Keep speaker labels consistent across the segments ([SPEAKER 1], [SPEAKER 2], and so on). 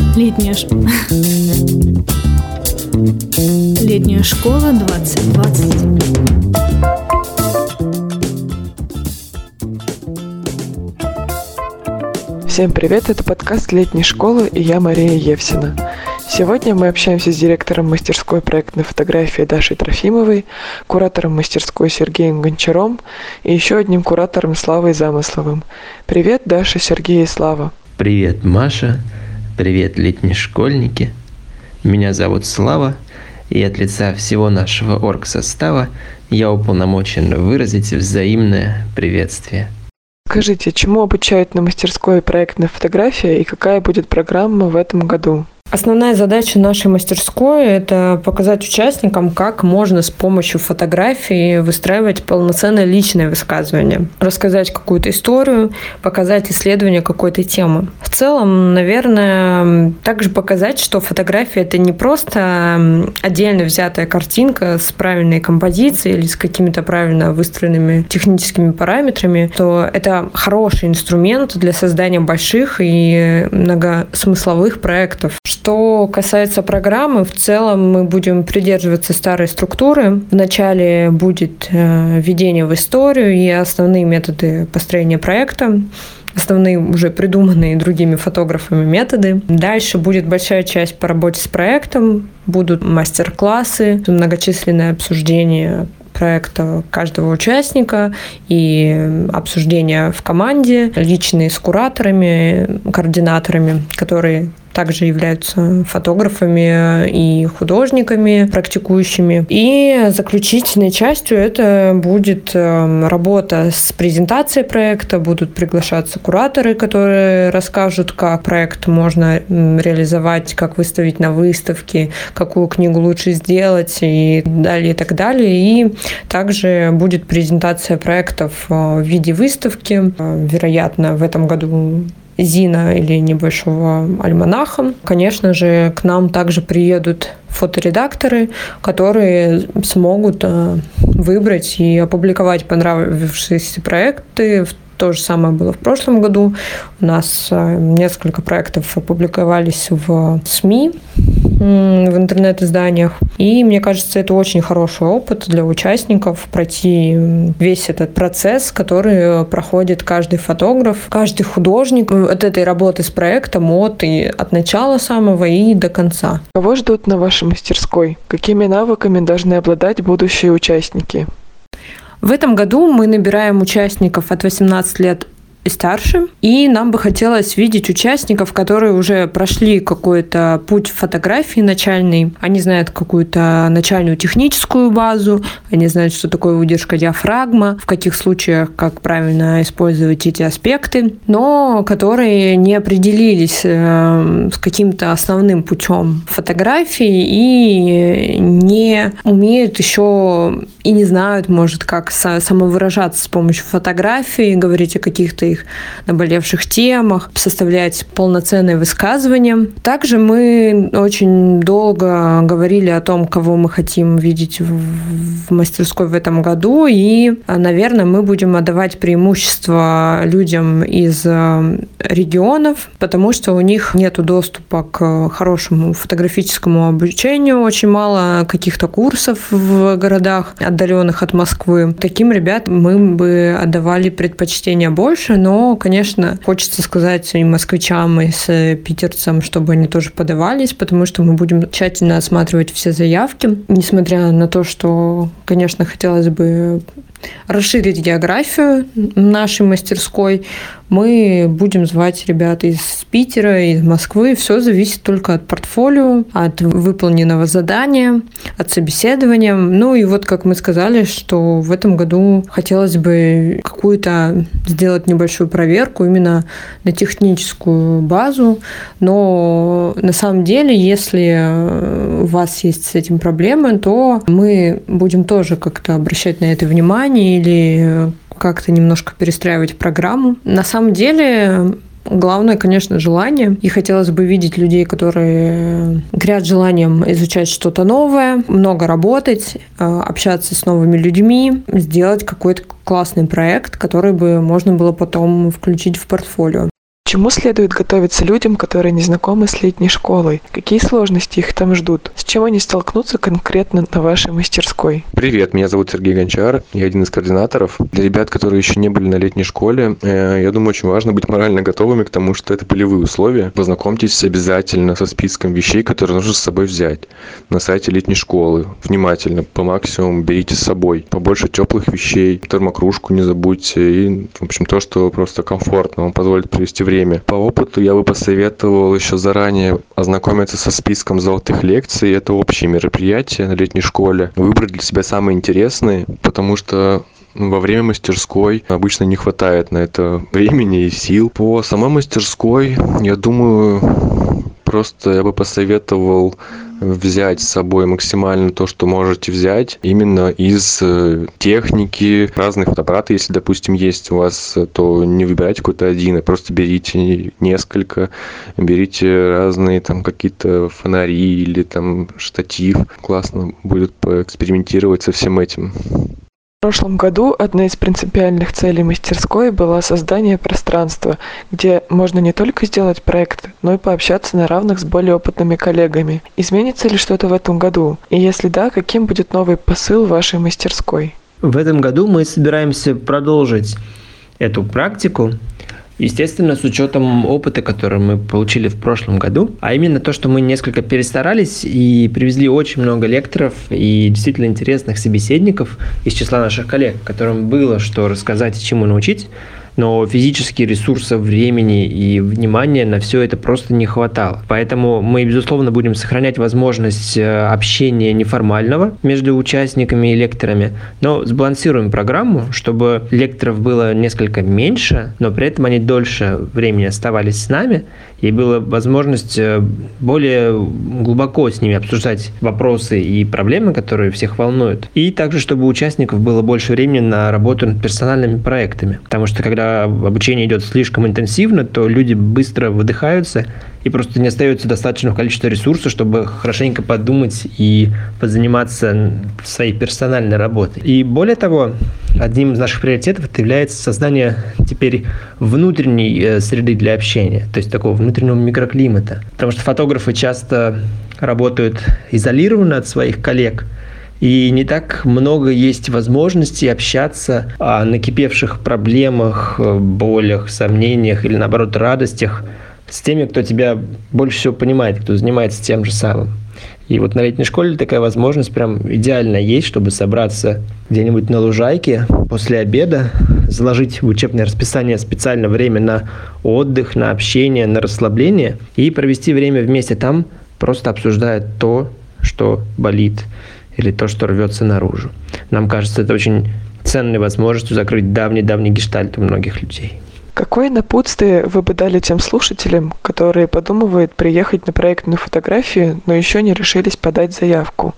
[SPEAKER 1] Летняя школа 2020.
[SPEAKER 2] Всем привет, это подкаст «Летней школы» и я Мария Евсина. Сегодня мы общаемся с директором мастерской проектной фотографии Дашей Трофимовой, куратором мастерской Сергеем Гончаром и еще одним куратором Славой Замысловым. Привет, Даша, Сергей и Слава.
[SPEAKER 3] Привет, Маша. Привет, летние школьники. Меня зовут Слава, и от лица всего нашего оргсостава я уполномочен выразить взаимное приветствие.
[SPEAKER 2] Скажите, чему обучают на мастерской проектная фотография и какая будет программа в этом году?
[SPEAKER 4] Основная задача нашей мастерской – это показать участникам, как можно с помощью фотографии выстраивать полноценное личное высказывание, рассказать какую-то историю, показать исследование какой-то темы. В целом, наверное, также показать, что фотография – это не просто отдельно взятая картинка с правильной композицией или с какими-то правильно выстроенными техническими параметрами, то это хороший инструмент для создания больших и многосмысловых проектов. Что касается программы, в целом мы будем придерживаться старой структуры. Вначале будет введение в историю и основные методы построения проекта, основные уже придуманные другими фотографами методы. Дальше будет большая часть по работе с проектом, будут мастер-классы, многочисленное обсуждение проекта каждого участника и обсуждения в команде, личные с кураторами, координаторами, которые также являются фотографами и художниками, практикующими. И заключительной частью это будет работа с презентацией проекта, будут приглашаться кураторы, которые расскажут, как проект можно реализовать, как выставить на выставке, какую книгу лучше сделать и далее, и так далее. И также будет презентация проектов в виде выставки. Вероятно, в этом году Зина или небольшого альманаха. Конечно же, к нам также приедут фоторедакторы, которые смогут выбрать и опубликовать понравившиеся проекты. То же самое было в прошлом году. У нас несколько проектов опубликовались в СМИ, в интернет-изданиях. И мне кажется, это очень хороший опыт для участников пройти весь этот процесс, который проходит каждый фотограф, каждый художник от этой работы с проектом от начала самого и до конца.
[SPEAKER 2] Кого ждут на вашей мастерской? Какими навыками должны обладать будущие участники?
[SPEAKER 4] В этом году мы набираем участников от 18 лет и старше, и нам бы хотелось видеть участников, которые уже прошли какой-то путь фотографии начальный. Они знают какую-то начальную техническую базу, они знают, что такое выдержка диафрагма, в каких случаях, как правильно использовать эти аспекты, но которые не определились с каким-то основным путем фотографии и не умеют еще и не знают, может, как самовыражаться с помощью фотографии, говорить о каких-то их наболевших темах, составлять полноценные высказывания. Также мы очень долго говорили о том, кого мы хотим видеть в мастерской в этом году, и, наверное, мы будем отдавать преимущество людям из регионов, потому что у них нет доступа к хорошему фотографическому обучению, очень мало каких-то курсов в городах, отдаленных от Москвы. Таким ребятам мы бы отдавали предпочтение больше, но, конечно, хочется сказать и москвичам, и с питерцам, чтобы они тоже подавались, потому что мы будем тщательно осматривать все заявки, несмотря на то, что, конечно, хотелось бы расширить географию нашей мастерской. Мы будем звать ребят из Питера, из Москвы. Все зависит только от портфолио, от выполненного задания, от собеседования. Ну и вот, как мы сказали, что в этом году хотелось бы какую-то сделать небольшую проверку именно на техническую базу. Но на самом деле, если у вас есть с этим проблемы, то мы будем тоже как-то обращать на это внимание или как-то немножко перестраивать программу. На самом деле, главное, конечно, желание. И хотелось бы видеть людей, которые горят желанием изучать что-то новое, много работать, общаться с новыми людьми, сделать какой-то классный проект, который бы можно было потом включить в портфолио.
[SPEAKER 2] Чему следует готовиться людям, которые не знакомы с летней школой? Какие сложности их там ждут? С чем они столкнутся конкретно на вашей мастерской?
[SPEAKER 5] Привет, меня зовут Сергей Гончар, я один из координаторов. Для ребят, которые еще не были на летней школе, я думаю, очень важно быть морально готовыми к тому, что это полевые условия. Познакомьтесь обязательно со списком вещей, которые нужно с собой взять на сайте летней школы. Внимательно, по максимуму берите с собой. Побольше теплых вещей, термокружку не забудьте и, в общем, то, что просто комфортно вам позволит провести время. По опыту я бы посоветовал еще заранее ознакомиться со списком золотых лекций. Это общие мероприятия на летней школе. Выбрать для себя самые интересные, потому что во время мастерской обычно не хватает на это времени и сил. По самой мастерской, я думаю, просто я бы посоветовал взять с собой максимально то, что можете взять, именно из техники, разные фотоаппараты, если, допустим, есть у вас, то не выбирайте какой-то один, а просто берите несколько, берите разные там какие-то фонари или там штатив. Классно будет поэкспериментировать со всем этим.
[SPEAKER 2] В прошлом году одна из принципиальных целей мастерской была создание пространства, где можно не только сделать проект, но и пообщаться на равных с более опытными коллегами. Изменится ли что-то в этом году? И если да, каким будет новый посыл вашей мастерской?
[SPEAKER 3] В этом году мы собираемся продолжить эту практику, естественно, с учетом опыта, который мы получили в прошлом году, а именно то, что мы несколько перестарались и привезли очень много лекторов и действительно интересных собеседников из числа наших коллег, которым было что рассказать и чему научить, но физически ресурсов, времени и внимания на все это просто не хватало. Поэтому мы, безусловно, будем сохранять возможность общения неформального между участниками и лекторами, но сбалансируем программу, чтобы лекторов было несколько меньше, но при этом они дольше времени оставались с нами, и была возможность более глубоко с ними обсуждать вопросы и проблемы, которые всех волнуют. И также, чтобы у участников было больше времени на работу над персональными проектами. Потому что, когда обучение идет слишком интенсивно, то люди быстро выдыхаются, и просто не остается достаточного количества ресурсов, чтобы хорошенько подумать и позаниматься своей персональной работой. И более того, одним из наших приоритетов это является создание теперь внутренней среды для общения, то есть такого внутреннего микроклимата. Потому что фотографы часто работают изолированно от своих коллег, и не так много есть возможностей общаться о накипевших проблемах, болях, сомнениях или, наоборот, радостях с теми, кто тебя больше всего понимает, кто занимается тем же самым. И вот на летней школе такая возможность прям идеально есть, чтобы собраться где-нибудь на лужайке после обеда, заложить в учебное расписание специально время на отдых, на общение, на расслабление и провести время вместе там, просто обсуждая то, что болит или то, что рвется наружу. Нам кажется, это очень ценной возможностью закрыть давний-давний гештальт у многих людей.
[SPEAKER 2] Какое напутствие вы бы дали тем слушателям, которые подумывают приехать на проектную фотографию, но еще не решились подать заявку?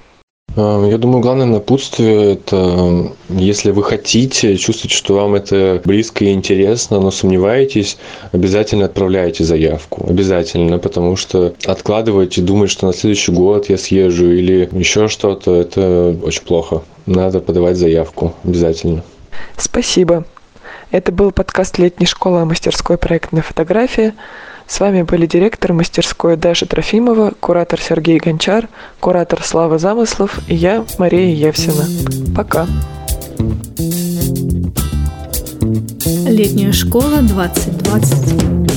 [SPEAKER 5] Я думаю, главное напутствие – это если вы хотите, чувствуете, что вам это близко и интересно, но сомневаетесь, обязательно отправляйте заявку. Обязательно, потому что откладывать и думать, что на следующий год я съезжу или еще что-то – это очень плохо. Надо подавать заявку. Обязательно.
[SPEAKER 2] Спасибо. Это был подкаст «Летней школы» о мастерской проектной фотографии. С вами были директор мастерской Даша Трофимова, куратор Сергей Гончар, куратор Слава Замыслов и я, Мария Евсина. Пока.
[SPEAKER 1] Летняя школа 2020.